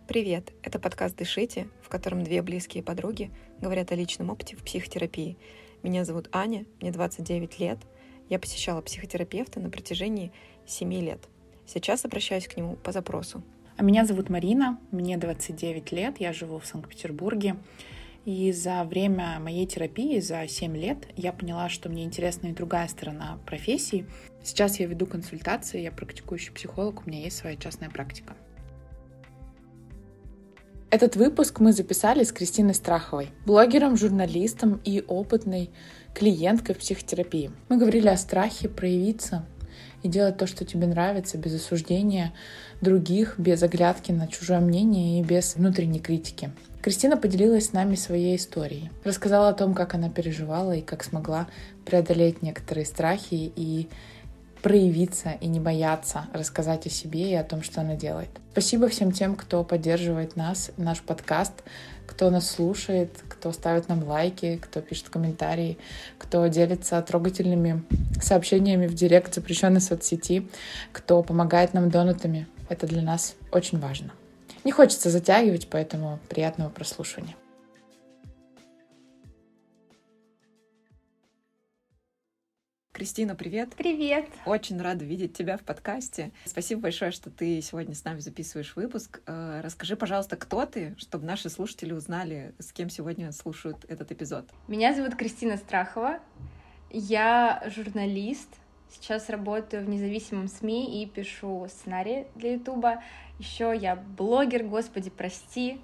Привет! Это подкаст «Дышите», в котором две близкие подруги говорят о личном опыте в психотерапии. Меня зовут Аня, мне 29 лет. Я посещала психотерапевта на протяжении 7 лет. Сейчас обращаюсь к нему по запросу. А меня зовут Марина, мне 29 лет, я живу в Санкт-Петербурге. И за время моей терапии, за 7 лет, я поняла, что мне интересна и другая сторона профессии. Сейчас я веду консультации, я практикующий психолог, у меня есть своя частная практика. Этот выпуск мы записали с Кристиной Страховой, блогером, журналистом и опытной клиенткой в психотерапии. Мы говорили о страхе проявиться и делать то, что тебе нравится, без осуждения других, без оглядки на чужое мнение и без внутренней критики. Кристина поделилась с нами своей историей, рассказала о том, как она переживала и как смогла преодолеть некоторые страхи и проявиться и не бояться рассказать о себе и о том, что она делает. Спасибо всем тем, кто поддерживает нас, наш подкаст, кто нас слушает, кто ставит нам лайки, кто пишет комментарии, кто делится трогательными сообщениями в директ запрещенной соцсети, кто помогает нам донатами. Это для нас очень важно. Не хочется затягивать, поэтому приятного прослушивания. Кристина, привет! Привет! Очень рада видеть тебя в подкасте. Спасибо большое, что ты сегодня с нами записываешь выпуск. Расскажи, пожалуйста, кто ты, чтобы наши слушатели узнали, с кем сегодня слушают этот эпизод. Меня зовут Кристина Страхова. Я журналист. Сейчас работаю в независимом СМИ и пишу сценарии для Ютуба. Еще я блогер, господи, прости.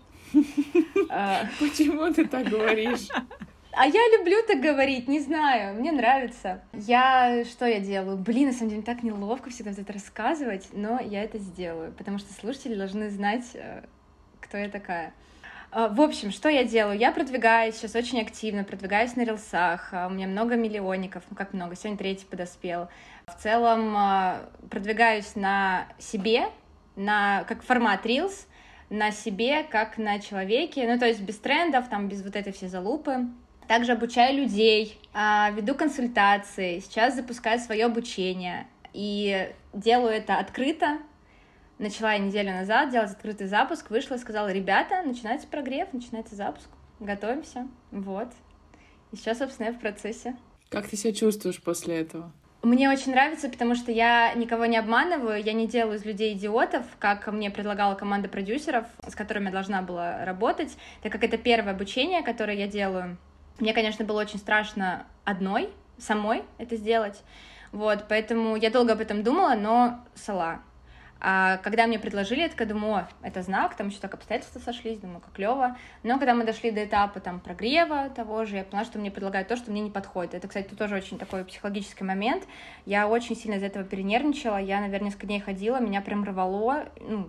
Почему ты так говоришь? А я люблю так говорить, не знаю, мне нравится. Что я делаю? Блин, на самом деле так неловко всегда это рассказывать, но я это сделаю, потому что слушатели должны знать, кто я такая. В общем, что я делаю? Я продвигаюсь сейчас очень активно, продвигаюсь на рилсах, у меня много миллионников, как много, сегодня 3-й подоспел. В целом продвигаюсь на себе, как формат рилс, на себе, как на человеке, то есть без трендов, без вот этой всей залупы. Также обучаю людей, веду консультации, сейчас запускаю свое обучение и делаю это открыто. Начала я неделю назад делать открытый запуск, вышла и сказала: ребята, начинается прогрев, начинается запуск, готовимся, вот. И сейчас, собственно, я в процессе. Как ты себя чувствуешь после этого? Мне очень нравится, потому что я никого не обманываю, я не делаю из людей идиотов, как мне предлагала команда продюсеров, с которыми я должна была работать, так как это первое обучение, которое я делаю. Мне, конечно, было очень страшно самой это сделать, поэтому я долго об этом думала, но сала. А когда мне предложили, я такая думаю: это знак, там еще так обстоятельства сошлись, думаю, как клево. Но когда мы дошли до этапа прогрева того же, я поняла, что мне предлагают то, что мне не подходит. Это, кстати, тоже очень такой психологический момент. Я очень сильно из-за этого перенервничала, я, наверное, несколько дней ходила, меня прям рвало,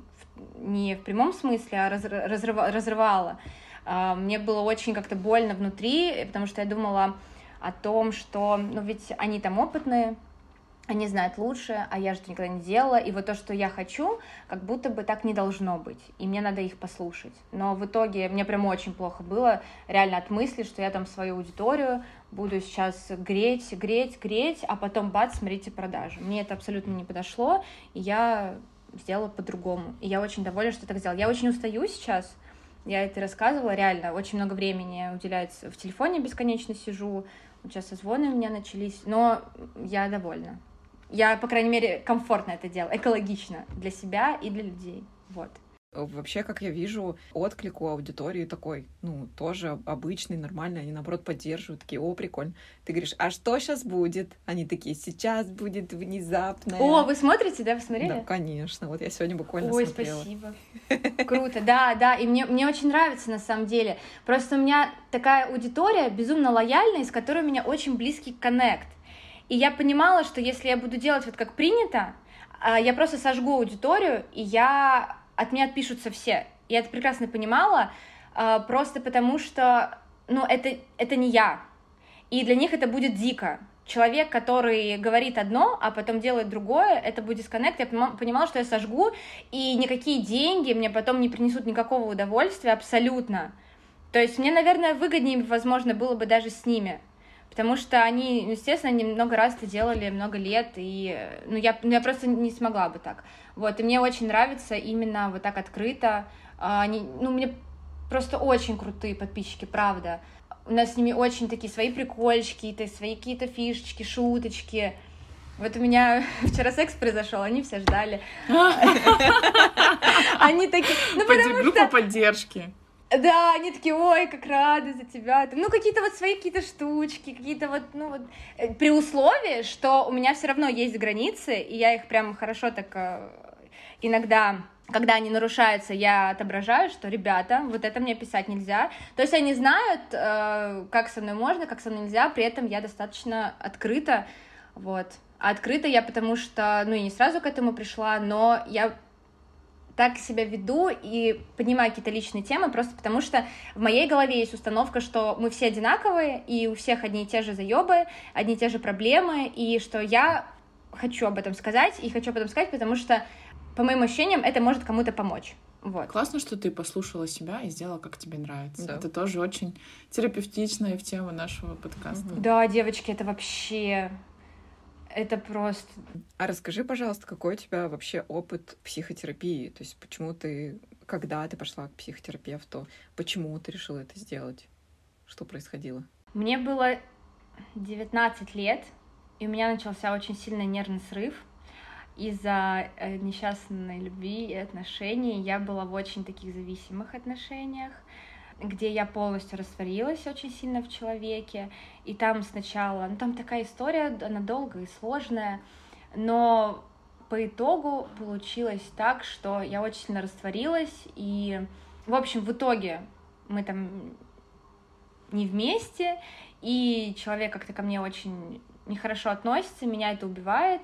не в прямом смысле, а разрывало. Мне было очень как-то больно внутри, потому что я думала о том, что, ведь они там опытные, они знают лучше, а я же это никогда не делала, и вот то, что я хочу, как будто бы так не должно быть, и мне надо их послушать. Но в итоге мне прям очень плохо было, реально от мысли, что я там свою аудиторию буду сейчас греть, а потом бац, смотрите, продажи. Мне это абсолютно не подошло, и я сделала по-другому, и я очень довольна, что так сделала. Я очень устаю сейчас. Я это рассказывала, реально, очень много времени уделяется в телефоне, бесконечно сижу, сейчас созвоны у меня начались, но я довольна. Я, по крайней мере, комфортно это делаю, экологично для себя и для людей, Вообще, как я вижу, отклик у аудитории такой, тоже обычный, нормальный, они, наоборот, поддерживают, такие: о, прикольно. Ты говоришь: а что сейчас будет? Они такие: сейчас будет внезапное. О, вы смотрите, да, вы смотрели? Да, конечно, я сегодня буквально смотрела. Ой, спасибо. Круто, да, и мне очень нравится, на самом деле. Просто у меня такая аудитория безумно лояльная, с которой у меня очень близкий коннект. И я понимала, что если я буду делать как принято, я просто сожгу аудиторию, и от меня отпишутся все. Я это прекрасно понимала, просто потому что, это не я. И для них это будет дико. Человек, который говорит одно, а потом делает другое, это будет дисконнект. Я понимала, что я сожгу, и никакие деньги мне потом не принесут никакого удовольствия абсолютно. То есть мне, наверное, выгоднее, возможно, было бы даже с ними. Потому что они, естественно, они много раз это делали, много лет, и я просто не смогла бы так. Вот, и мне очень нравится именно вот так открыто. Мне просто очень крутые подписчики, правда. У нас с ними очень такие свои прикольчики, свои какие-то фишечки, шуточки. Вот у меня вчера секс произошел, они все ждали. Они такие, группа поддержки. Да, они такие, ой, как рады за тебя. Какие-то вот свои какие-то штучки, какие-то при условии, что у меня все равно есть границы, и я их прям хорошо так иногда, когда они нарушаются, я отображаю, что, ребята, вот это мне писать нельзя. То есть они знают, как со мной можно, как со мной нельзя, при этом я достаточно открыта, вот. А открыта я потому что, я не сразу к этому пришла, но я так себя веду и поднимаю какие-то личные темы, просто потому что в моей голове есть установка, что мы все одинаковые, и у всех одни и те же заебы, одни и те же проблемы, и что я хочу об этом сказать, потому что, по моим ощущениям, это может кому-то помочь. Вот. Классно, что ты послушала себя и сделала, как тебе нравится. Да. Это тоже очень терапевтично и в тему нашего подкаста. Да, девочки, это вообще... Это просто... А расскажи, пожалуйста, какой у тебя вообще опыт психотерапии? То есть когда ты пошла к психотерапевту, почему ты решила это сделать? Что происходило? Мне было 19 лет, и у меня начался очень сильный нервный срыв. Из-за несчастной любви и отношений я была в очень таких зависимых отношениях, где я полностью растворилась очень сильно в человеке, и там сначала, там такая история, она долгая и сложная, но по итогу получилось так, что я очень сильно растворилась, и, в общем, в итоге мы там не вместе, и человек как-то ко мне очень нехорошо относится, меня это убивает.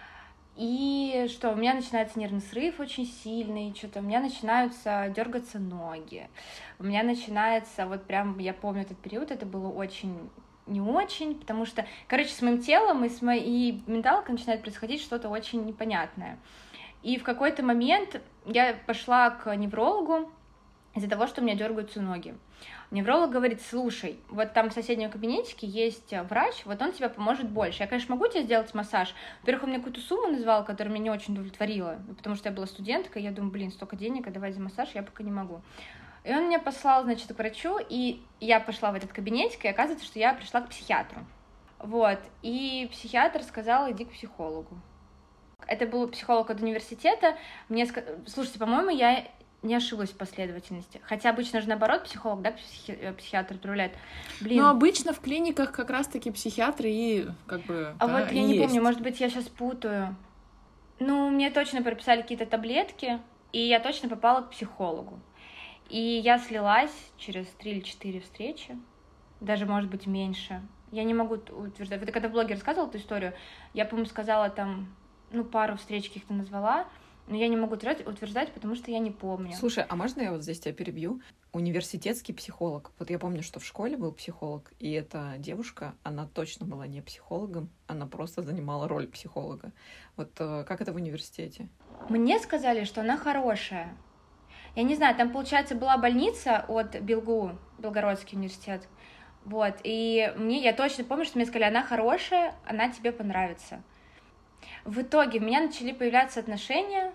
И что, у меня начинается нервный срыв очень сильный, что-то у меня начинаются дергаться ноги, у меня начинается, вот прям, я помню этот период, это было очень не очень, потому что, с моим телом и с моей менталкой начинает происходить что-то очень непонятное. И в какой-то момент я пошла к неврологу из-за того, что у меня дергаются ноги. Невролог говорит: слушай, вот там в соседнем кабинетике есть врач, вот он тебе поможет больше. Я, конечно, могу тебе сделать массаж. Во-первых, он мне какую-то сумму назвал, которая меня не очень удовлетворила, потому что я была студенткой, я думаю, столько денег отдавать за массаж я пока не могу. И он меня послал, значит, к врачу, и я пошла в этот кабинетик, и оказывается, что я пришла к психиатру. Вот, и психиатр сказал: иди к психологу. Это был психолог от университета. Слушайте, по-моему, я не ошиблась в последовательности. Хотя обычно же наоборот психолог, да, психиатр отправляет. Но обычно в клиниках как раз-таки психиатры и вот я не помню, может быть, я сейчас путаю. Мне точно прописали какие-то таблетки, и я точно попала к психологу. И я слилась через 3 или 4 встречи, даже, может быть, меньше. Я не могу утверждать. Вот когда в блоге рассказывала эту историю, я, по-моему, сказала там, пару встреч каких-то назвала, но я не могу утверждать, потому что я не помню. Слушай, а можно я вот здесь тебя перебью? Университетский психолог. Вот я помню, что в школе был психолог, и эта девушка, она точно была не психологом, она просто занимала роль психолога. Вот как это в университете? Мне сказали, что она хорошая. Я не знаю, там, получается, была больница от БелГУ, Белгородский университет. Вот, и я точно помню, что мне сказали: она хорошая, она тебе понравится. В итоге у меня начали появляться отношения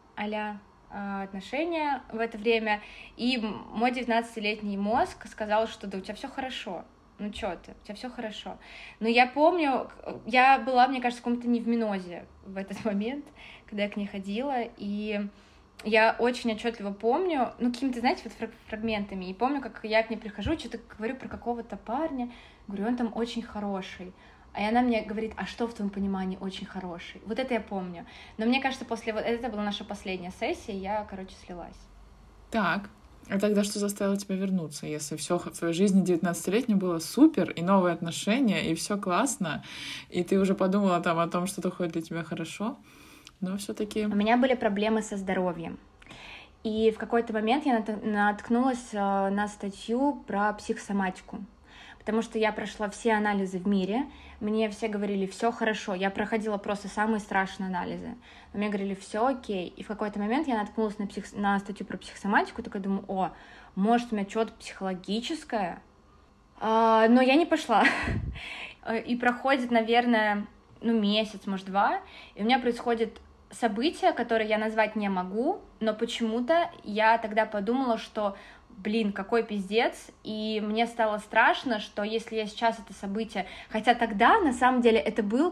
в это время, и мой 19-летний мозг сказал, что да, у тебя все хорошо, чё ты, у тебя все хорошо. Но я помню, я была, мне кажется, в каком-то невминозе в этот момент, когда я к ней ходила, и я очень отчетливо помню, какими-то, знаете, вот фрагментами, и помню, как я к ней прихожу, что-то говорю про какого-то парня, говорю, он там очень хороший. И она мне говорит: а что в твоем понимании очень хороший? Вот это я помню. Но мне кажется, это была наша последняя сессия, и я, слилась. Так, а тогда что заставило тебя вернуться, если все в твоей жизни 19-летней было супер, и новые отношения, и все классно, и ты уже подумала там о том, что такое для тебя хорошо, но все-таки... У меня были проблемы со здоровьем. И в какой-то момент я наткнулась на статью про психосоматику. Потому что я прошла все анализы в мире, мне все говорили: все хорошо, я проходила просто самые страшные анализы, но мне говорили: все окей, и в какой-то момент я наткнулась на статью про психосоматику, такая думаю: может у меня что-то психологическое, Но я не пошла. И проходит, наверное, месяц, может, 2, и у меня происходит событие, которое я назвать не могу, но почему-то я тогда подумала, что, какой пиздец, и мне стало страшно, что если я сейчас это событие... Хотя тогда, на самом деле, это был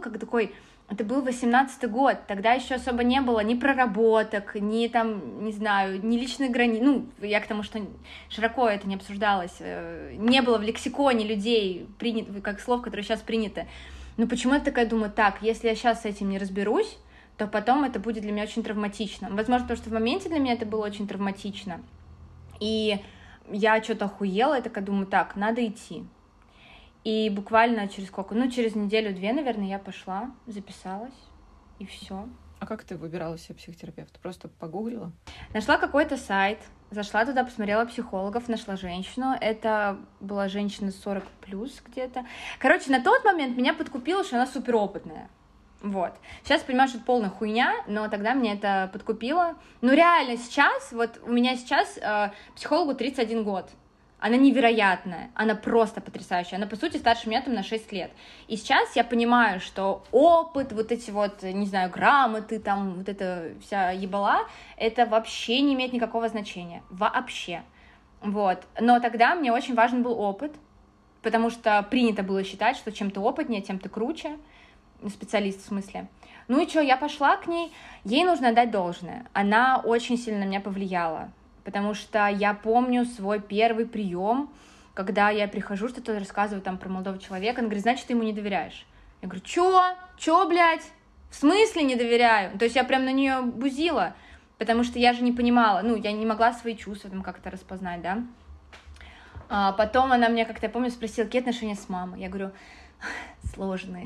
18-й год, тогда еще особо не было ни проработок, ни там, не знаю, ни личных границ, я к тому, что широко это не обсуждалось, не было в лексиконе людей, как слов, которые сейчас приняты. Но почему я такая думаю, если я сейчас с этим не разберусь, то потом это будет для меня очень травматично. Возможно, потому что в моменте для меня это было очень травматично. И я что-то охуела, и такая думаю, надо идти. И буквально через сколько? Через неделю-две, наверное, я пошла, записалась, и все. А как ты выбирала себе психотерапевта? Просто погуглила? Нашла какой-то сайт, зашла туда, посмотрела психологов, нашла женщину. Это была женщина 40+ где-то. Короче, на тот момент меня подкупило, что она суперопытная. Вот. Сейчас понимаю, что это полная хуйня, но тогда меня это подкупило. Реально сейчас, у меня сейчас психологу 31 год. Она невероятная, она просто потрясающая. Она, по сути, старше меня на 6 лет. И сейчас я понимаю, что опыт, не знаю, грамоты, там, эта вся ебала, это вообще не имеет никакого значения. Вообще. Вот. Но тогда мне очень важен был опыт, потому что принято было считать, что чем ты опытнее, тем ты круче. Специалист в смысле. И что, я пошла к ней, ей нужно отдать должное. Она очень сильно на меня повлияла, потому что я помню свой первый прием, когда я прихожу, что-то рассказываю там про молодого человека, она говорит, значит, ты ему не доверяешь. Я говорю, чё, блядь, в смысле не доверяю? То есть я прям на нее бузила, потому что я же не понимала, я не могла свои чувства там как-то распознать, да. Потом она меня как-то, я помню, спросила, какие отношения с мамой. Я говорю, сложные.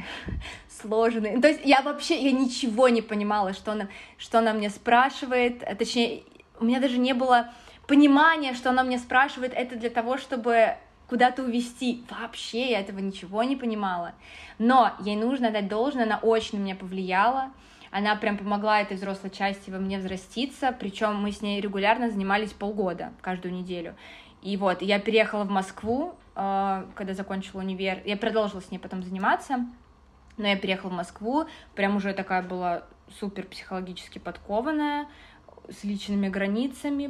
То есть я ничего не понимала, что она мне спрашивает, точнее, у меня даже не было понимания, что она мне спрашивает это для того, чтобы куда-то увести. Вообще я этого ничего не понимала. Но ей нужно дать должное, она очень на меня повлияла, она прям помогла этой взрослой части во мне взраститься, причем мы с ней регулярно занимались полгода, каждую неделю. И я переехала в Москву, когда закончила универ, я продолжила с ней потом заниматься, но я переехала в Москву, прям уже такая была супер психологически подкованная, с личными границами,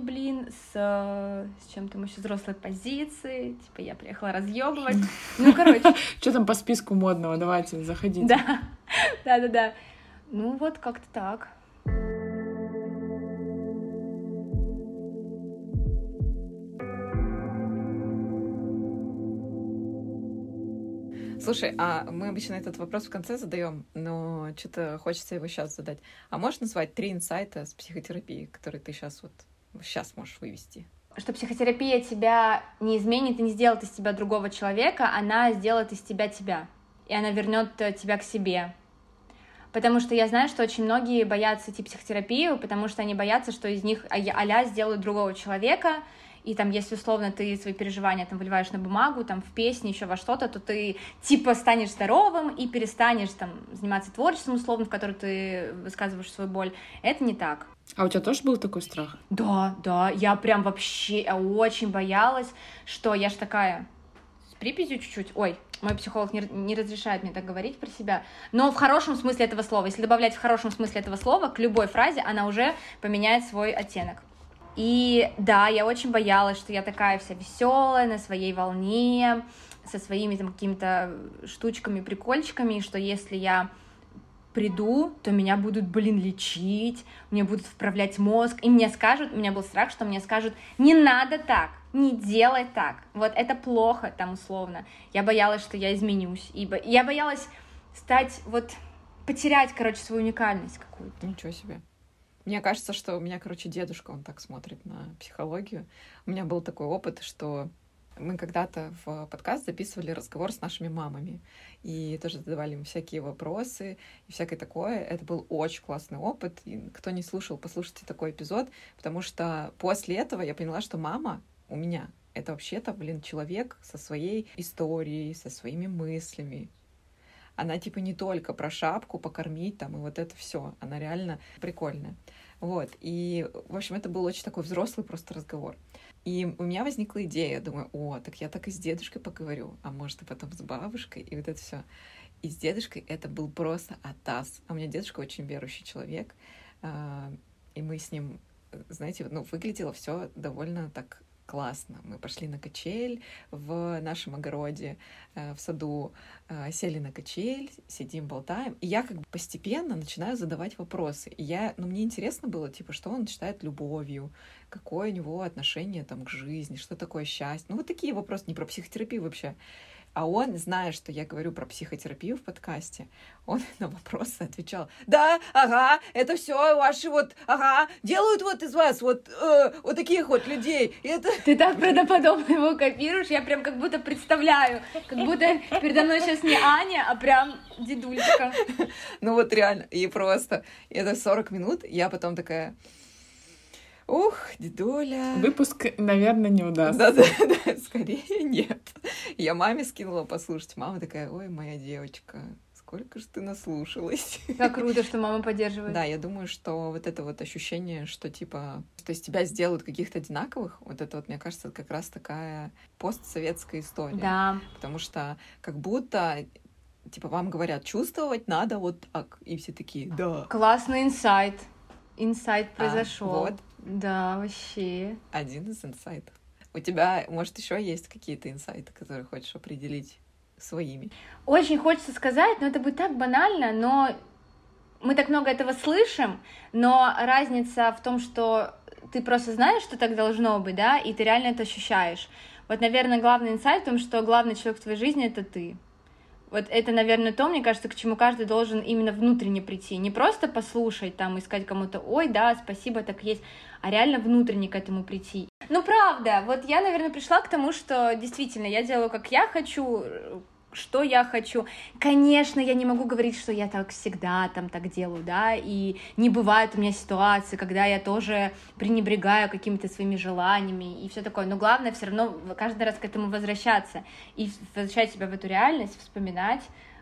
с чем-то еще взрослой позиции, я приехала разъебывать, короче. Что там по списку модного, давайте, заходите. Да, как-то так. Слушай, а мы обычно этот вопрос в конце задаем, но что-то хочется его сейчас задать. А можешь назвать 3 инсайта с психотерапии, которые ты сейчас можешь вывести? Что психотерапия тебя не изменит и не сделает из тебя другого человека, она сделает из тебя тебя, и она вернет тебя к себе. Потому что я знаю, что очень многие боятся идти в психотерапию, потому что они боятся, что из них а-ля сделают другого человека, и там, если условно ты свои переживания там выливаешь на бумагу, там в песни, еще во что-то, то ты станешь здоровым и перестанешь там заниматься творчеством условно, в котором ты высказываешь свою боль. Это не так. А у тебя тоже был такой страх? Да, я прям вообще очень боялась, что я ж такая с приписью чуть-чуть. Ой, мой психолог не разрешает мне так говорить про себя, но в хорошем смысле этого слова. Если добавлять в хорошем смысле этого слова к любой фразе, она уже поменяет свой оттенок. И да, я очень боялась, что я такая вся веселая, на своей волне, со своими там какими-то штучками, прикольчиками, что если я приду, то меня будут, лечить, мне будут вправлять мозг, и мне скажут, у меня был страх, что мне скажут, не надо так, не делай так, это плохо там условно. Я боялась, что я изменюсь, я боялась потерять, свою уникальность какую-то. Ничего себе. Мне кажется, что у меня, дедушка, он так смотрит на психологию. У меня был такой опыт, что мы когда-то в подкаст записывали разговор с нашими мамами. И тоже задавали им всякие вопросы и всякое такое. Это был очень классный опыт. И кто не слушал, послушайте такой эпизод. Потому что после этого я поняла, что мама у меня — это вообще-то, человек со своей историей, со своими мыслями. Она не только про шапку, покормить там и это все. Она реально прикольная. И, в общем, это был очень такой взрослый просто разговор. И у меня возникла идея, думаю, так я так и с дедушкой поговорю, а может, и потом с бабушкой, и вот это все. И с дедушкой это был просто атас. А у меня дедушка очень верующий человек, и мы с ним, знаете, выглядело все довольно так классно. Мы пошли на качель в нашем огороде, в саду, сели на качель, сидим, болтаем. И я как бы постепенно начинаю задавать вопросы. И мне интересно было, типа, что он считает любовью, какое у него отношение там к жизни, что такое счастье. Вот такие вопросы, не про психотерапию вообще. А он, зная, что я говорю про психотерапию в подкасте, он на вопросы отвечал: да, ага, это все ваши делают вот из вас вот таких вот людей. И это... Ты так правдоподобно его копируешь, я прям как будто представляю, как будто передо мной сейчас не Аня, а прям дедулька. Вот реально, и просто это 40 минут, я потом такая... Ух, дедуля. Выпуск, наверное, не удастся. Да, скорее нет. Я маме скинула послушать. Мама такая: ой, моя девочка, сколько же ты наслушалась. Как круто, что мама поддерживает. Да, я думаю, что вот это вот ощущение, что типа, что из тебя сделают каких-то одинаковых, вот это вот, мне кажется, как раз такая постсоветская история. Да. Потому что как будто типа вам говорят, чувствовать надо вот так, и все такие: да. Классный инсайт. Инсайт произошел. Вот. Да, вообще. Один из инсайтов. У тебя, может, еще есть какие-то инсайты, которые хочешь определить своими? Очень хочется сказать, но это будет так банально, но мы так много этого слышим, но разница в том, что ты просто знаешь, что так должно быть, да, и ты реально это ощущаешь. Вот, наверное, главный инсайт в том, что главный человек в твоей жизни — это ты. Вот это, наверное, то, мне кажется, к чему каждый должен именно внутренне прийти. Не просто послушать, там, искать кому-то: ой, да, спасибо, так есть, а реально внутренне к этому прийти. Правда, вот я, наверное, пришла к тому, что действительно я делаю, как я хочу, что я хочу. Конечно, я не могу говорить, что я так всегда там так делаю, да, и не бывает у меня ситуации, когда я тоже пренебрегаю какими-то своими желаниями и все такое, но главное все равно каждый раз к этому возвращаться и возвращать себя в эту реальность, вспоминать,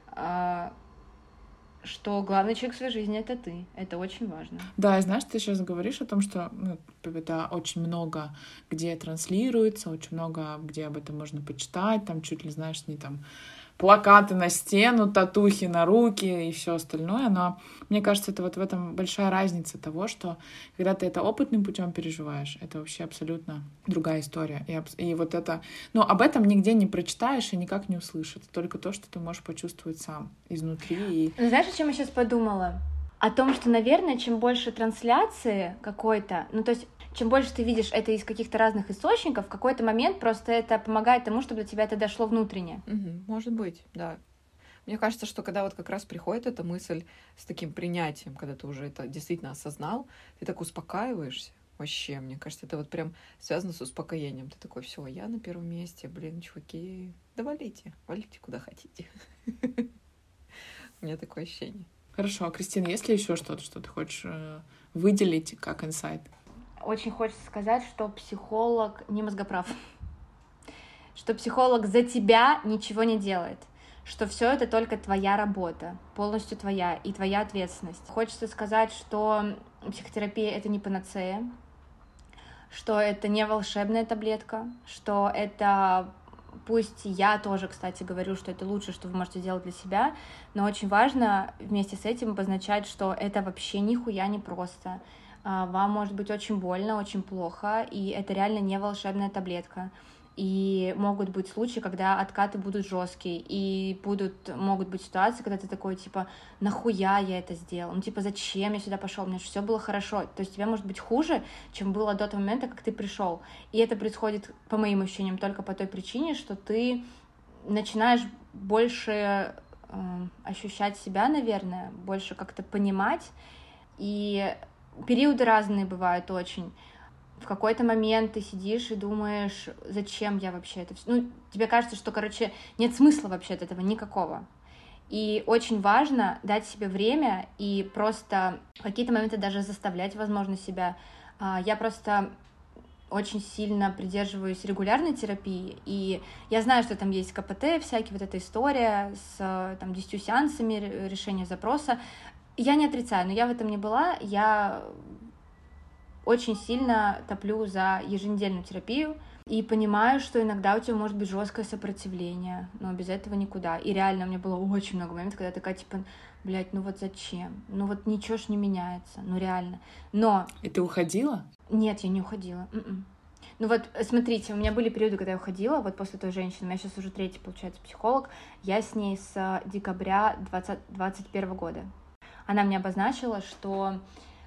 что главный человек в своей жизни — это ты. Это очень важно. Да, и знаешь, ты сейчас говоришь о том, что это очень много где транслируется, очень много где об этом можно почитать, там чуть ли, знаешь, не там плакаты на стену, татухи на руки и все остальное, но мне кажется, это вот в этом большая разница того, что когда ты это опытным путем переживаешь, это вообще абсолютно другая история. И вот это, об этом нигде не прочитаешь и никак не услышишь. Это только то, что ты можешь почувствовать сам изнутри. Знаешь, о чем я сейчас подумала? О том, что, наверное, чем больше трансляции какой-то, то есть чем больше ты видишь это из каких-то разных источников, в какой-то момент просто это помогает тому, чтобы до тебя это дошло внутренне. Может быть, да. Мне кажется, что когда вот как раз приходит эта мысль с таким принятием, когда ты уже это действительно осознал, ты так успокаиваешься. Вообще, мне кажется, это вот прям связано с успокоением. Ты такой: все, я на первом месте, чуваки, да валите куда хотите. У меня такое ощущение. Хорошо, Кристина, есть ли еще что-то, что ты хочешь выделить как инсайт? Очень хочется сказать, что психолог не мозгоправ, что психолог за тебя ничего не делает, что все это только твоя работа, полностью твоя и твоя ответственность. Хочется сказать, что психотерапия — это не панацея, что это не волшебная таблетка, что это... Пусть я тоже, кстати, говорю, что это лучшее, что вы можете сделать для себя, но очень важно вместе с этим обозначать, что это вообще нихуя не просто. Вам может быть очень больно, очень плохо, и это реально не волшебная таблетка. И могут быть случаи, когда откаты будут жесткие, и могут быть ситуации, когда ты такой, типа: нахуя я это сделал? Зачем я сюда пошел? У меня же все было хорошо. То есть тебе может быть хуже, чем было до того момента, как ты пришел. И это происходит, по моим ощущениям, только по той причине, что ты начинаешь больше ощущать себя, наверное, больше как-то понимать. И периоды разные бывают очень. В какой-то момент ты сидишь и думаешь: зачем я вообще это все? Тебе кажется, что, нет смысла вообще от этого никакого. И очень важно дать себе время и просто в какие-то моменты даже заставлять, возможно, себя. Я просто очень сильно придерживаюсь регулярной терапии, и я знаю, что там есть КПТ, всякие вот эта история с 10 сеансами решения запроса. Я не отрицаю, но я в этом не была, я очень сильно топлю за еженедельную терапию и понимаю, что иногда у тебя может быть жесткое сопротивление, но без этого никуда. И реально у меня было очень много моментов, когда я такая, типа, блядь, ну вот зачем? Ну вот ничего ж не меняется, ну реально. Но... И ты уходила? Нет, я не уходила. Ну вот, смотрите, у меня были периоды, когда я уходила, вот после той женщины, у меня сейчас уже 3-й, получается, психолог, я с ней с декабря 2021 года. Она мне обозначила, что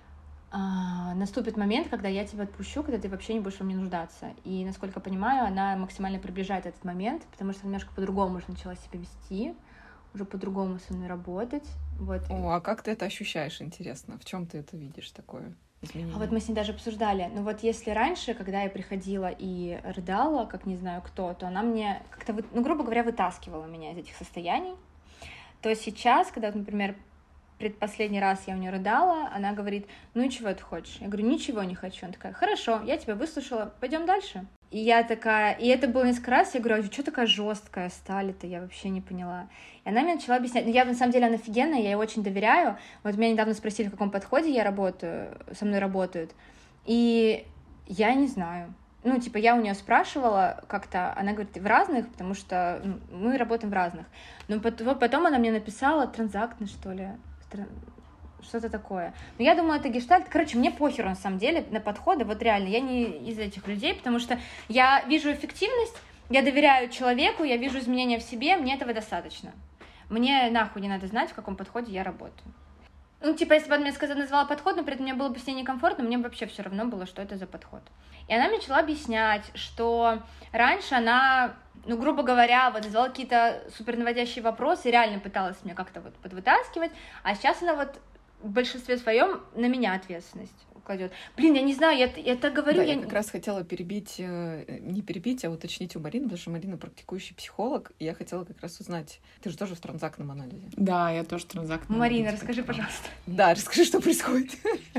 наступит момент, когда я тебя отпущу, когда ты вообще не будешь во мне нуждаться. И, насколько я понимаю, она максимально приближает этот момент, потому что немножко по-другому уже начала себя вести, уже по-другому со мной работать. Вот. О, а как ты это ощущаешь, интересно? В чем ты это видишь такое? Изменения. А вот мы с ней даже обсуждали. Ну вот если раньше, когда я приходила и рыдала, как не знаю кто, то она мне как-то, ну, грубо говоря, вытаскивала меня из этих состояний, то сейчас, когда, например, предпоследний раз я у нее рыдала, она говорит, ну и чего ты хочешь? Я говорю, ничего не хочу. Она такая, хорошо, я тебя выслушала, пойдем дальше. И я такая, и это было несколько раз, я говорю, а что такая жесткая стали-то, я вообще не поняла. И она мне начала объяснять, ну я на самом деле она офигенная, я ей очень доверяю. Вот меня недавно спросили, в каком подходе я работаю, со мной работают, и я не знаю. Ну, типа, я у нее спрашивала как-то, она говорит, в разных, потому что мы работаем в разных. Но потом она мне написала транзактно, что ли, что-то такое. Но я думаю, это гештальт. Короче, мне похеру, на самом деле, на подходы. Вот реально, я не из этих людей, потому что я вижу эффективность, я доверяю человеку, я вижу изменения в себе, мне этого достаточно. Мне нахуй не надо знать, в каком подходе я работаю. Ну, типа, если бы она мне назвала подход, но при этом мне было бы с ней некомфортно, мне бы вообще все равно было, что это за подход. И она мне начала объяснять, что раньше она, ну, грубо говоря, вот задавала какие-то супернаводящие вопросы, реально пыталась меня как-то вот подвытаскивать, а сейчас она вот в большинстве своем на меня ответственность кладет. Блин, я не знаю, я так говорю. Да, я как раз хотела перебить, не перебить, а уточнить у Марины, потому что Марина практикующий психолог, и я хотела как раз узнать, ты же тоже в транзактном анализе. Да, я тоже в транзактном анализе. Марина, расскажи, пожалуйста. Да, расскажи, что происходит.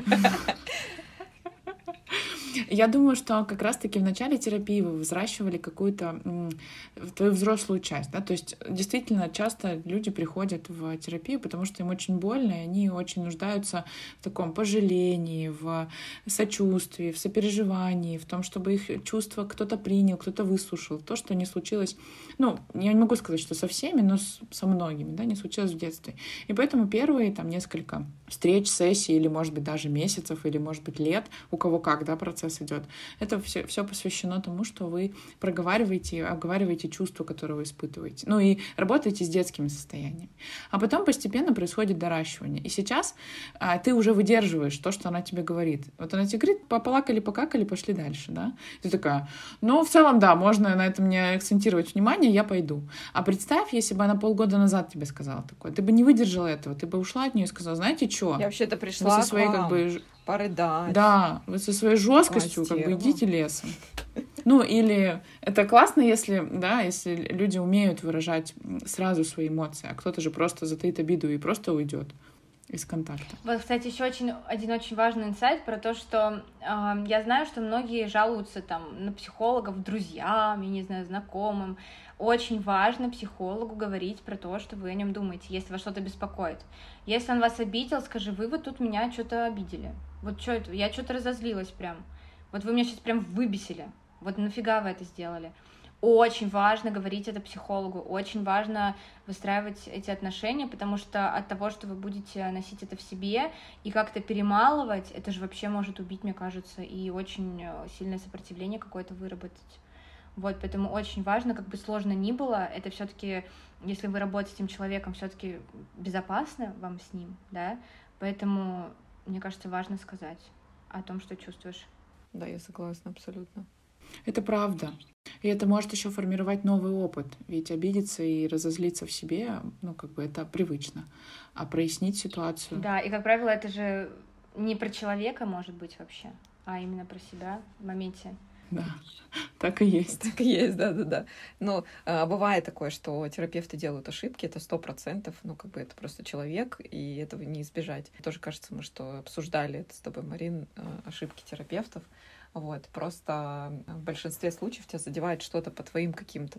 Я думаю, что как раз-таки в начале терапии вы взращивали какую-то твою взрослую часть, да, то есть действительно часто люди приходят в терапию, потому что им очень больно, и они очень нуждаются в таком пожалении, в сочувствии, в сопереживании, в том, чтобы их чувства кто-то принял, кто-то выслушал. То, что не случилось, ну, я не могу сказать, что со всеми, но со многими, да, не случилось в детстве. И поэтому первые там несколько встреч, сессий, или, может быть, даже месяцев, или, может быть, лет, у кого как, да, процесс идет. Это все посвящено тому, что вы проговариваете, обговариваете чувства, которые вы испытываете. Ну и работаете с детскими состояниями. А потом постепенно происходит доращивание. И сейчас ты уже выдерживаешь то, что она тебе говорит. Вот она тебе говорит, поплакали, покакали, пошли дальше, да? Ты такая, ну, в целом, да, можно на этом не акцентировать внимание, я пойду. А представь, если бы она полгода назад тебе сказала такое, ты бы не выдержала этого, ты бы ушла от нее и сказала, знаете что? Я вообще-то пришла со своей, как бы, порыдать. Да, вы со своей жесткостью как бы идите лесом. Ну, или это классно, если, да, если люди умеют выражать сразу свои эмоции, а кто-то же просто затаит обиду и просто уйдет из контакта. Вот, кстати, еще один очень важный инсайт про то, что я знаю, что многие жалуются там на психологов друзьям, я не знаю, знакомым. Очень важно психологу говорить про то, что вы о нем думаете, если вас что-то беспокоит. Если он вас обидел, скажи, вы вот тут меня что-то обидели. Вот что это? Я что-то разозлилась прям. Вот вы меня сейчас прям выбесили. Вот нафига вы это сделали? Очень важно говорить это психологу, очень важно выстраивать эти отношения, потому что от того, что вы будете носить это в себе и как-то перемалывать, это же вообще может убить, мне кажется, и очень сильное сопротивление какое-то выработать. Вот, поэтому очень важно, как бы сложно ни было, это все-таки, если вы работаете с этим человеком, все-таки безопасно вам с ним, да, поэтому, мне кажется, важно сказать о том, что чувствуешь. Да, я согласна, абсолютно. Это правда. И это может еще формировать новый опыт. Ведь обидеться и разозлиться в себе, ну, как бы это привычно. А прояснить ситуацию... Да, и, как правило, это же не про человека, может быть, вообще, а именно про себя в моменте. Да, так и есть. Так и есть, да-да-да. Но бывает такое, что терапевты делают ошибки, это 100%, ну, как бы это просто человек, и этого не избежать. Тоже кажется, мы что обсуждали это с тобой, Марин, ошибки терапевтов. Вот, просто в большинстве случаев тебя задевает что-то по твоим каким-то там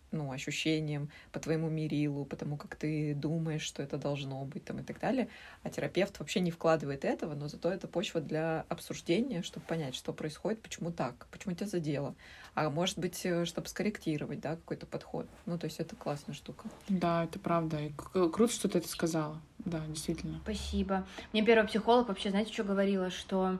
ощущениям, по твоему мерилу, по тому, как ты думаешь, что это должно быть там, и так далее. А терапевт вообще не вкладывает этого, но зато это почва для обсуждения, чтобы понять, что происходит, почему так, почему тебя задело. А может быть, чтобы скорректировать, да, какой-то подход. То есть это классная штука. Да, это правда. И круто, что ты это сказала. Да, действительно. Спасибо. Мне первый психолог вообще, знаете, что говорила, что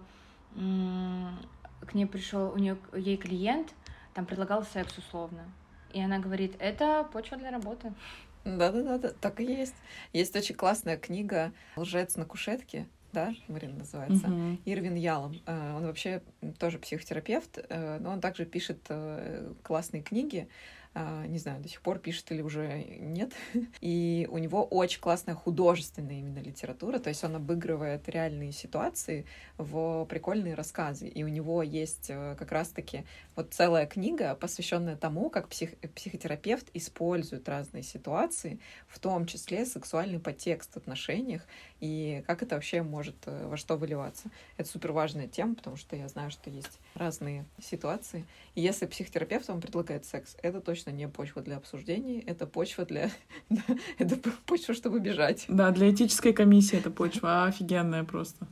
к ней пришел ей клиент, там предлагал секс условно. И она говорит, это почва для работы. Да, так и есть. Есть очень классная книга «Лжец на кушетке», да, Марина, называется, Ирвин Ялом. Он вообще тоже психотерапевт, но он также пишет классные книги. Не знаю, до сих пор пишет или уже нет. И у него очень классная художественная именно литература, то есть он обыгрывает реальные ситуации в прикольные рассказы. И у него есть как раз-таки вот целая книга, посвященная тому, как психотерапевт использует разные ситуации, в том числе сексуальный подтекст в отношениях, и как это вообще может во что выливаться. Это супер важная тема, потому что я знаю, что есть разные ситуации. И если психотерапевт вам предлагает секс, это точно не почва для обсуждений, это почва для... это почва, чтобы бежать. Да, для этической комиссии это почва офигенная просто.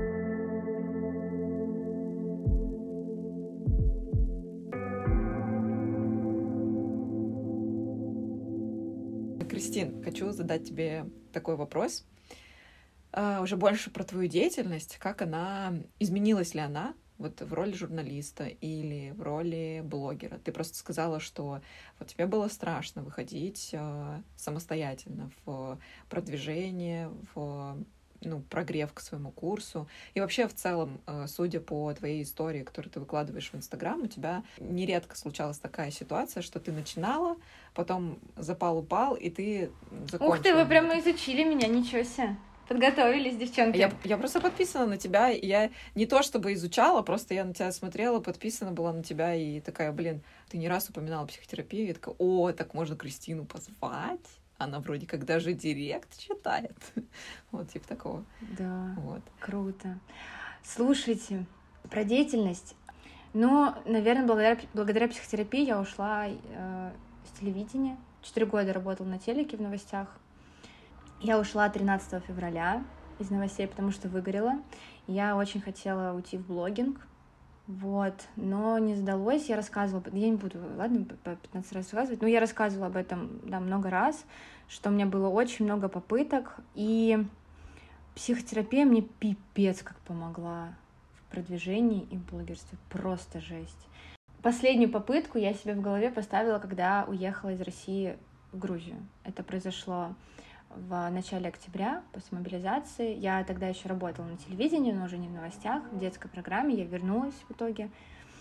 Кристин, хочу задать тебе такой вопрос. Уже больше про твою деятельность, как она, изменилась ли она вот в роли журналиста или в роли блогера? Ты просто сказала, что вот тебе было страшно выходить самостоятельно в продвижение, в прогрев к своему курсу. И вообще в целом, судя по твоей истории, которую ты выкладываешь в Инстаграм, у тебя нередко случалась такая ситуация, что ты начинала, потом запал упал, и ты закончила. Ух ты, вы прямо изучили меня, ничего себе. Подготовились, девчонки. Я просто подписана на тебя, и я не то чтобы изучала, просто я на тебя смотрела, подписана была на тебя, и такая, ты не раз упоминала психотерапию, и я такая, так можно Кристину позвать? Она вроде как даже директ читает. Вот, типа такого. Да, вот. Круто. Слушайте, про деятельность. Наверное, благодаря психотерапии я ушла с телевидения. 4 года работала на телеке в новостях. Я ушла 13 февраля из новостей, потому что выгорела. Я очень хотела уйти в блогинг, но не сдалось. Я рассказывала, я не буду, ладно, по 15 раз рассказывать, но я рассказывала об этом, много раз, что у меня было очень много попыток, и психотерапия мне пипец как помогла в продвижении и в блогерстве. Просто жесть. Последнюю попытку я себе в голове поставила, когда уехала из России в Грузию. Это произошло в начале октября, после мобилизации. Я тогда еще работала на телевидении, но уже не в новостях, в детской программе. Я вернулась в итоге.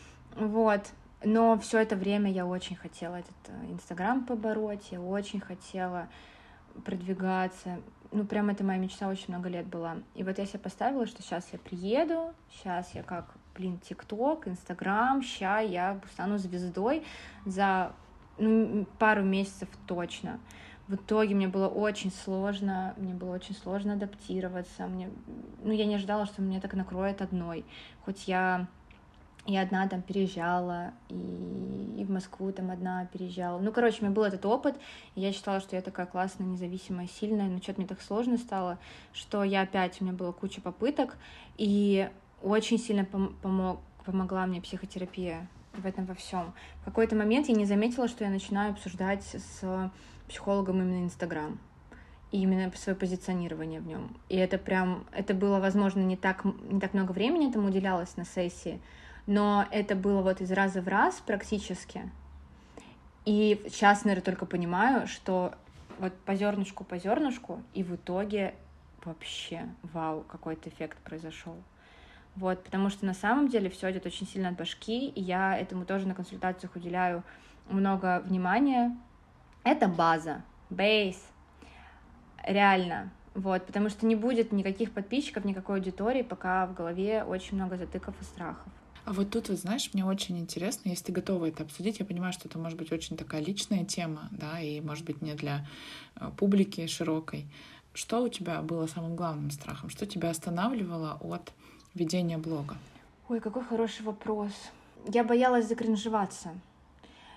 Но все это время я очень хотела этот Инстаграм побороть, я очень хотела продвигаться. Прям это моя мечта очень много лет была. И вот я себе поставила, что сейчас я приеду, сейчас я ТикТок, Инстаграм, сейчас я стану звездой за пару месяцев точно. В итоге мне было очень сложно адаптироваться. Я не ожидала, что меня так накроет одной. Хоть я и одна там переезжала, и в Москву там одна переезжала. У меня был этот опыт, и я считала, что я такая классная, независимая, сильная, но что-то мне так сложно стало, что у меня была куча попыток, и очень сильно помогла мне психотерапия в этом во всем. В какой-то момент я не заметила, что я начинаю обсуждать с психологом именно Инстаграм, и именно свое позиционирование в нем. И это было, возможно, не так много времени этому уделялось на сессии, но это было из раза в раз практически. И сейчас, наверное, только понимаю, что по зернышку, и в итоге вообще, вау, какой-то эффект произошел. Потому что на самом деле все идет очень сильно от башки, и я этому тоже на консультациях уделяю много внимания. Это база, бейс, реально, потому что не будет никаких подписчиков, никакой аудитории, пока в голове очень много затыков и страхов. А вот тут, знаешь, мне очень интересно, если ты готова это обсудить, я понимаю, что это может быть очень такая личная тема, да, и может быть не для публики широкой. Что у тебя было самым главным страхом? Что тебя останавливало от ведения блога? Ой, какой хороший вопрос. Я боялась закринжеваться.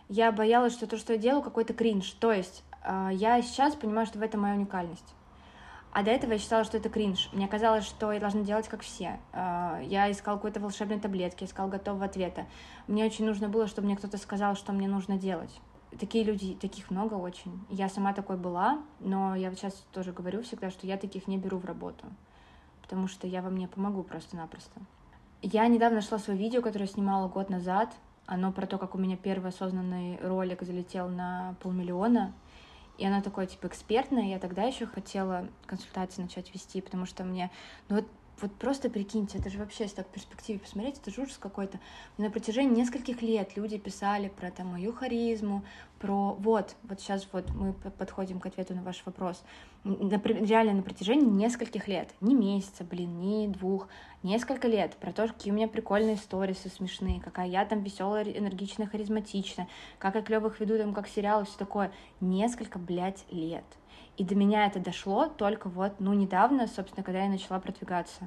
Я боялась, что то, что я делаю, какой-то кринж. То есть я сейчас понимаю, что в этом моя уникальность. А до этого я считала, что это кринж. Мне казалось, что я должна делать как все. Я искала какой-то волшебной таблетки, искала готового ответа. Мне очень нужно было, чтобы мне кто-то сказал, что мне нужно делать. Такие люди, таких много очень. Я сама такой была, но я вот сейчас тоже говорю всегда, что я таких не беру в работу, потому что я вам не помогу просто-напросто. Я недавно нашла свое видео, которое я снимала год назад. Оно про то, как у меня первый осознанный ролик залетел на 500 000. И она такое, типа, экспертная. Я тогда еще хотела консультации начать вести, потому что мне... Ну вот просто прикиньте, это же вообще, если так в перспективе посмотреть, это же ужас какой-то. На протяжении нескольких лет люди писали про там мою харизму, про... Вот сейчас вот мы подходим к ответу на ваш вопрос. Реально на протяжении нескольких лет. Не месяца, не 2, несколько лет. Про то, какие у меня прикольные сторисы смешные, какая я там веселая, энергичная, харизматичная, как я клёвых веду там, как сериалы, все такое. Несколько, лет. И до меня это дошло только недавно, собственно, когда я начала продвигаться.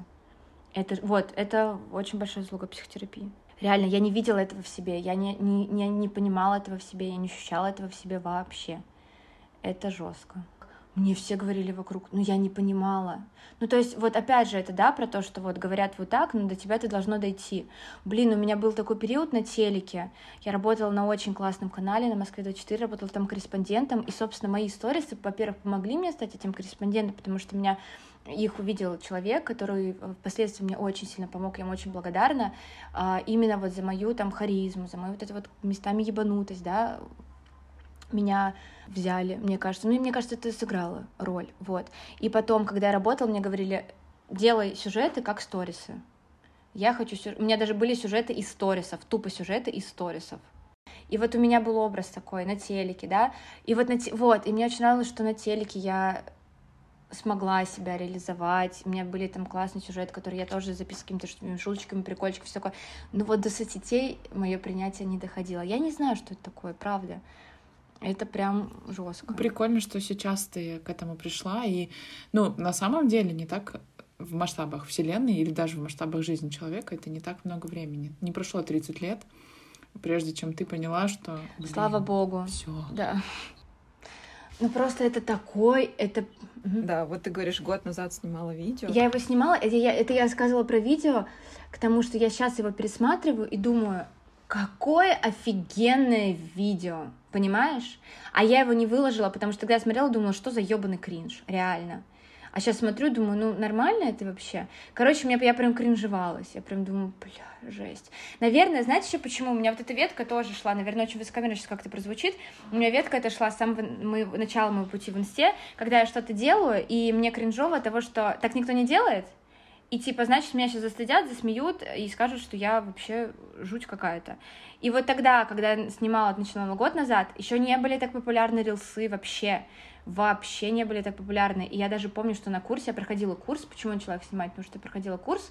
Это очень большая заслуга психотерапии. Реально, я не видела этого в себе, я не понимала этого в себе, я не ощущала этого в себе вообще. Это жестко. Мне все говорили вокруг, я не понимала. То есть, опять же, это, да, про то, что говорят вот так, но до тебя это должно дойти. У меня был такой период на телеке, я работала на очень классном канале, на Москве-24, работала там корреспондентом, и, собственно, мои сторисы, во-первых, помогли мне стать этим корреспондентом, потому что их увидел человек, который впоследствии мне очень сильно помог, я ему очень благодарна, именно за мою там харизму, за мою местами ебанутость, да, меня взяли, мне кажется. Мне кажется, это сыграло роль, И потом, когда я работала, мне говорили, делай сюжеты как сторисы. Я хочу... У меня даже были сюжеты из сторисов, тупо сюжеты из сторисов. И у меня был образ такой на телеке, да, и и мне очень нравилось, что на телеке я смогла себя реализовать, у меня были там классные сюжеты, которые я тоже записывала какими-то шуточками, прикольчиками, все такое. Но до соцсетей мое принятие не доходило. Я не знаю, что это такое, правда. Это прям жестко. Прикольно, что сейчас ты к этому пришла. И, на самом деле, не так в масштабах Вселенной или даже в масштабах жизни человека это не так много времени. Не прошло 30 лет, прежде чем ты поняла, что... Слава богу. Все. Да. Просто это такой... Да, ты говоришь, год назад снимала видео. Я его снимала, это я рассказывала про видео, к тому, что я сейчас его пересматриваю и думаю, какое офигенное видео, понимаешь? А я его не выложила, потому что тогда я смотрела, думала, что за ёбаный кринж, реально. А сейчас смотрю, думаю, нормально это вообще? Короче, я прям кринжевалась, я прям думаю, жесть. Наверное, знаете еще почему? У меня эта ветка тоже шла, наверное, очень высокомерно сейчас как-то прозвучит. У меня ветка эта шла с самого начала моего пути в инсте, когда я что-то делаю, и мне кринжово от того, что так никто не делает, и значит, меня сейчас застыдят, засмеют и скажут, что я вообще жуть какая-то. И тогда, когда я снимала, начинала год назад, еще не были так популярны рилсы вообще не были так популярны. И я даже помню, что на курсе, я проходила курс, почему я начала их снимать, потому что я проходила курс,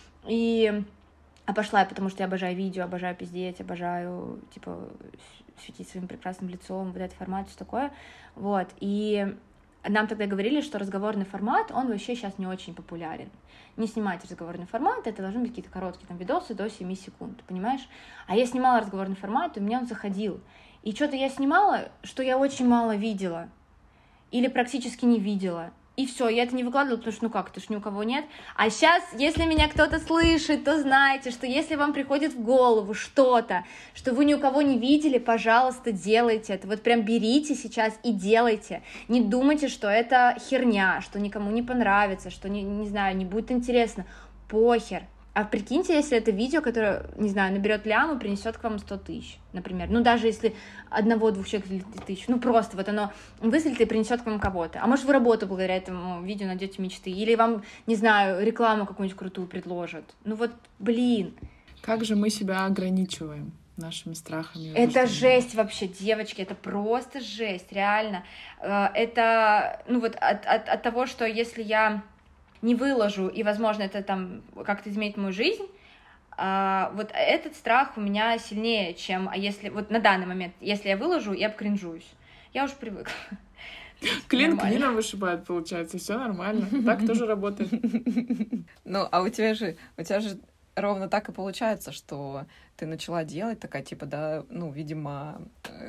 а пошла я, потому что я обожаю видео, обожаю пиздеть, обожаю, светить своим прекрасным лицом, этот формат, все такое, и нам тогда говорили, что разговорный формат, он вообще сейчас не очень популярен. Не снимайте разговорный формат, это должны быть какие-то короткие видосы до 7 секунд, понимаешь? А я снимала разговорный формат, и у меня он заходил. И что-то я снимала, что я очень мало видела. Или практически не видела. И все, я это не выкладывала, потому что, это ж ни у кого нет. А сейчас, если меня кто-то слышит, то знайте, что если вам приходит в голову что-то, что вы ни у кого не видели, пожалуйста, делайте это. Прям берите сейчас и делайте. Не думайте, что это херня, что никому не понравится, что, не знаю, не будет интересно. Похер. А прикиньте, если это видео, которое, не знаю, наберет ляму, принесет к вам 100 000, например. Даже если 1-2 человек тысяч, просто оно выстрелит и принесет к вам кого-то. А может, вы работу благодаря этому видео найдете мечты. Или вам, не знаю, рекламу какую-нибудь крутую предложат. Блин. Как же мы себя ограничиваем нашими страхами? Это жесть вообще, девочки, это просто жесть, реально. Это, от того, что если я не выложу, и, возможно, это там как-то изменит мою жизнь, этот страх у меня сильнее, чем если на данный момент, если я выложу, я обкринжуюсь. Я уже привыкла. Клин клином вышибает, получается, все нормально. Так тоже работает. А у тебя же ровно так и получается, что ты начала делать такая, типа, да, ну, видимо,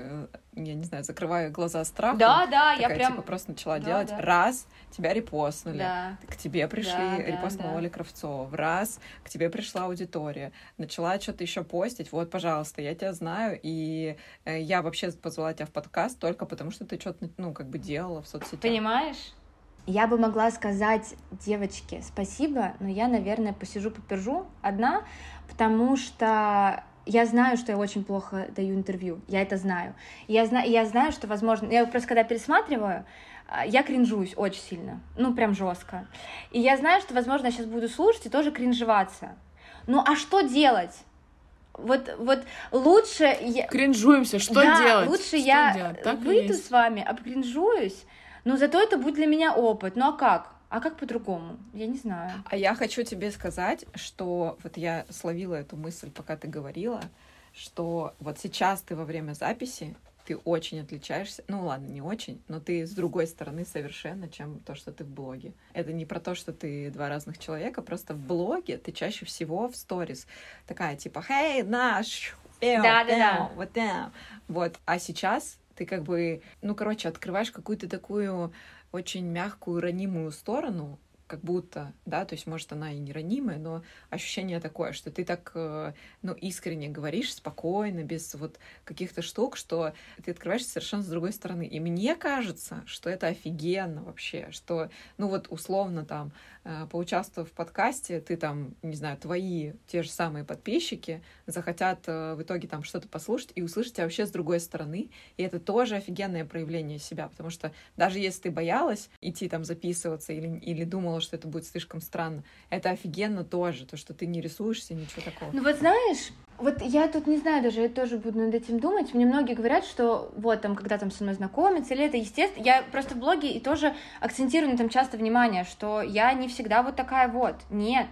я не знаю, закрываю глаза страхом. Да, такая, я прям... типа, просто начала Да, делать. да. Раз, тебя репостнули. Да. К тебе пришли, Да, репостнула да. Оля Кравцова. Раз, к тебе пришла аудитория. Начала что-то еще постить. Вот, пожалуйста, я тебя знаю. И я вообще позвала тебя в подкаст только потому, что ты что-то, ну, как бы делала в соцсетях. Понимаешь? Я бы могла сказать девочке спасибо, но я, наверное, посижу-попержу одна, потому что я знаю, что я очень плохо даю интервью, я это знаю. Я знаю, что, возможно, я просто когда пересматриваю, я кринжуюсь очень сильно, ну прям жестко. И я знаю, что, возможно, я сейчас буду слушать и тоже кринжеваться. Ну а что делать? Вот лучше... Кринжуемся, что да, делать? лучше что я делать? выйду с вами, обкринжуюсь, но зато это будет для меня опыт. Ну а как? А как по-другому? Я не знаю. А я хочу тебе сказать, что вот я словила эту мысль, пока ты говорила, что вот сейчас ты во время записи, ты очень отличаешься, ну ладно, не очень, но ты с другой стороны совершенно, чем то, что ты в блоге. Это не про то, что ты два разных человека, просто в блоге ты чаще всего в сторис такая типа «Хей, наш!» Да. Вот, а сейчас ты как бы, ну, короче, открываешь какую-то такую очень мягкую, ранимую сторону, как будто, да, то есть, может, она и не ранимая, но ощущение такое, что ты так, ну, искренне говоришь, спокойно, без вот каких-то штук, что ты открываешься совершенно с другой стороны. И мне кажется, что это офигенно вообще, что, ну, вот условно там, поучаствовав в подкасте, ты там, не знаю, твои те же самые подписчики захотят в итоге там что-то послушать и услышать тебя вообще с другой стороны, и это тоже офигенное проявление себя, потому что даже если ты боялась идти там записываться или думала, что это будет слишком странно, это офигенно тоже, то, что ты не рисуешься, ничего такого. Ну вот знаешь, вот я тут не знаю, даже я тоже буду над этим думать. Мне многие говорят, что вот там, когда там со мной знакомятся, или это естественно. Я просто в блоге и тоже акцентирую на этом часто внимание, что я не всегда вот такая вот. Нет.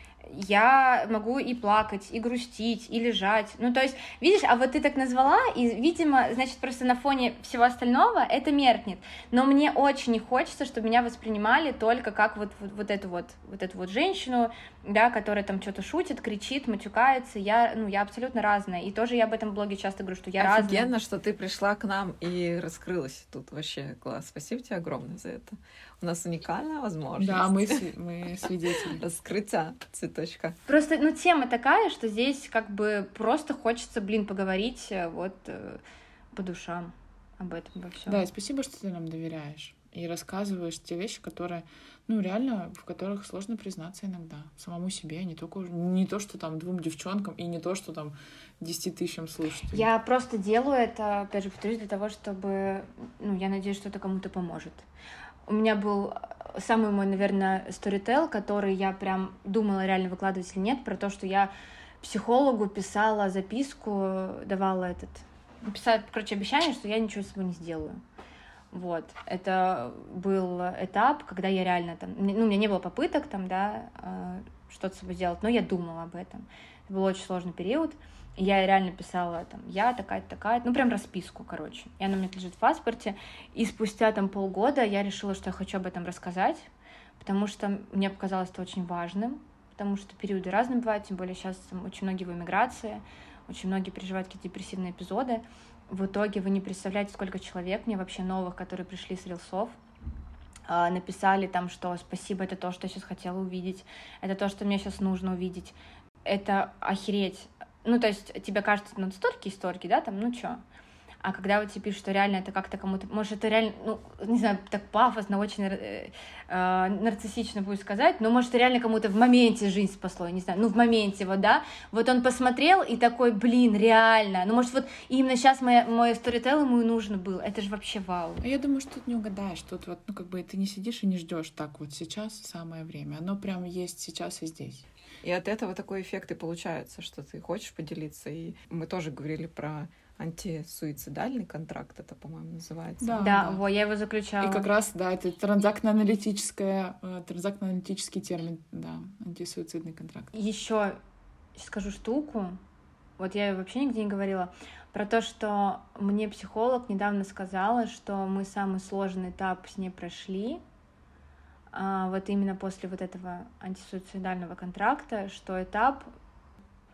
Я могу и плакать, и грустить, и лежать. Ну, то есть, видишь, а вот ты так назвала, и, видимо, значит, просто на фоне всего остального это меркнет. Но мне очень не хочется, чтобы меня воспринимали только как вот эту вот женщину, да, которая там что-то шутит, кричит, матюкается. Я абсолютно разная. И тоже я об этом в блоге часто говорю, что я разная. Офигенно, что ты пришла к нам и раскрылась тут. Вообще класс. Спасибо тебе огромное за это. У нас уникальная возможность. Да, мы свидетели. Раскрытия цветочка. Просто, тема такая, что здесь как бы просто хочется, поговорить вот по душам об этом во всем. Да, и спасибо, что ты нам доверяешь и рассказываешь те вещи, которые, ну, реально, в которых сложно признаться иногда самому себе, не то, что там 2 девчонкам, и не то, что там 10 тысячам слушателей. Я просто делаю это, опять же, повторюсь, для того, чтобы, я надеюсь, что это кому-то поможет. У меня был самый мой, наверное, сторител, который я прям думала, реально выкладывать или нет, про то, что я психологу писала записку, давала писала, обещание, что я ничего с собой не сделаю. Вот. Это был этап, когда я реально там... у меня не было попыток там, да, что-то с собой сделать, но я думала об этом. Это был очень сложный период. И я реально писала там, я такая-то, прям расписку, короче. И она у меня лежит в паспорте. И спустя там полгода я решила, что я хочу об этом рассказать, потому что мне показалось это очень важным, потому что периоды разные бывают, тем более сейчас там очень многие в эмиграции, очень многие переживают какие-то депрессивные эпизоды. В итоге вы не представляете, сколько человек мне вообще новых, которые пришли с рилсов, написали там, что спасибо, это то, что я сейчас хотела увидеть, это то, что мне сейчас нужно увидеть. Это охереть. То есть тебе кажется, столько, да, там, чё? А когда вот тебе пишут, что реально это как-то кому-то... Может, это реально, не знаю, так пафосно, очень нарциссично будет сказать, но может, это реально кому-то в моменте жизнь спасло, я не знаю, в моменте, вот, да? Вот он посмотрел и такой, реально. Может, вот именно сейчас мой сторител ему и нужен был. Это же вообще вау. А я думаю, что тут не угадаешь. Тут вот, ты не сидишь и не ждешь так вот сейчас самое время. Оно прям есть сейчас и здесь. И от этого такой эффект и получается, что ты хочешь поделиться. И мы тоже говорили про антисуицидальный контракт, это, по-моему, называется. Да, я его заключала. И как раз, да, это транзактно-аналитический термин, да, антисуицидный контракт. Еще скажу штуку, вот я вообще нигде не говорила, про то, что мне психолог недавно сказала, что мы самый сложный этап с ней прошли, вот именно после вот этого антисуицидального контракта, что этап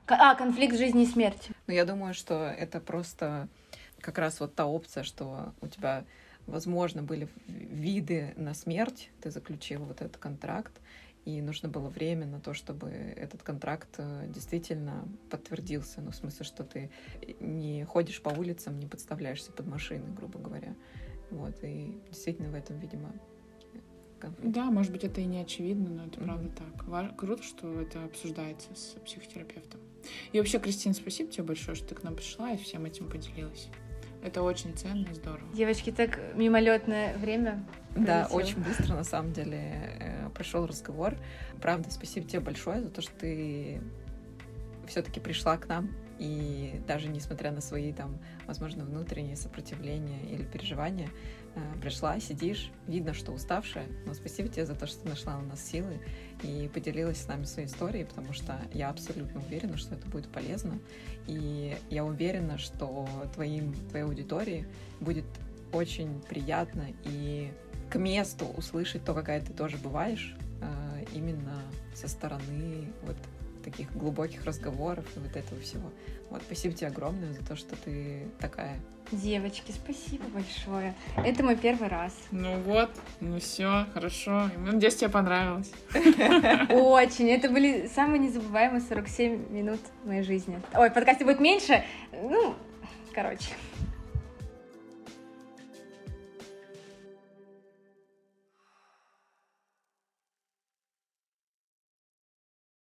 Конфликт жизни и смерти. Но я думаю, что это просто как раз вот та опция, что у тебя, возможно, были виды на смерть, ты заключил вот этот контракт, и нужно было время на то, чтобы этот контракт действительно подтвердился. Ну, в смысле, что ты не ходишь по улицам, не подставляешься под машины, грубо говоря. Вот, и действительно в этом, видимо, конфликт. Да, может быть, это и не очевидно, но это правда так. Круто, что это обсуждается с психотерапевтом. И вообще, Кристина, спасибо тебе большое, что ты к нам пришла и всем этим поделилась. Это очень ценно и здорово. Девочки, так мимолетное время пролетело. Да, очень быстро, на самом деле, прошел разговор. Правда, спасибо тебе большое за то, что ты все-таки пришла к нам. И даже несмотря на свои, там, возможно, внутренние сопротивления или переживания, пришла, сидишь, видно, что уставшая, но спасибо тебе за то, что ты нашла на нас силы и поделилась с нами своей историей, потому что я абсолютно уверена, что это будет полезно, и я уверена, что твоей аудитории будет очень приятно и к месту услышать то, какая ты тоже бываешь, именно со стороны вот таких глубоких разговоров и вот этого всего. Вот, спасибо тебе огромное за то, что ты такая. Девочки, спасибо большое. Это мой первый раз. Ну вот, ну все, хорошо. Надеюсь, тебе понравилось. Очень. Это были самые незабываемые 47 минут в моей жизни. Ой, в подкасте будет меньше. Ну, короче.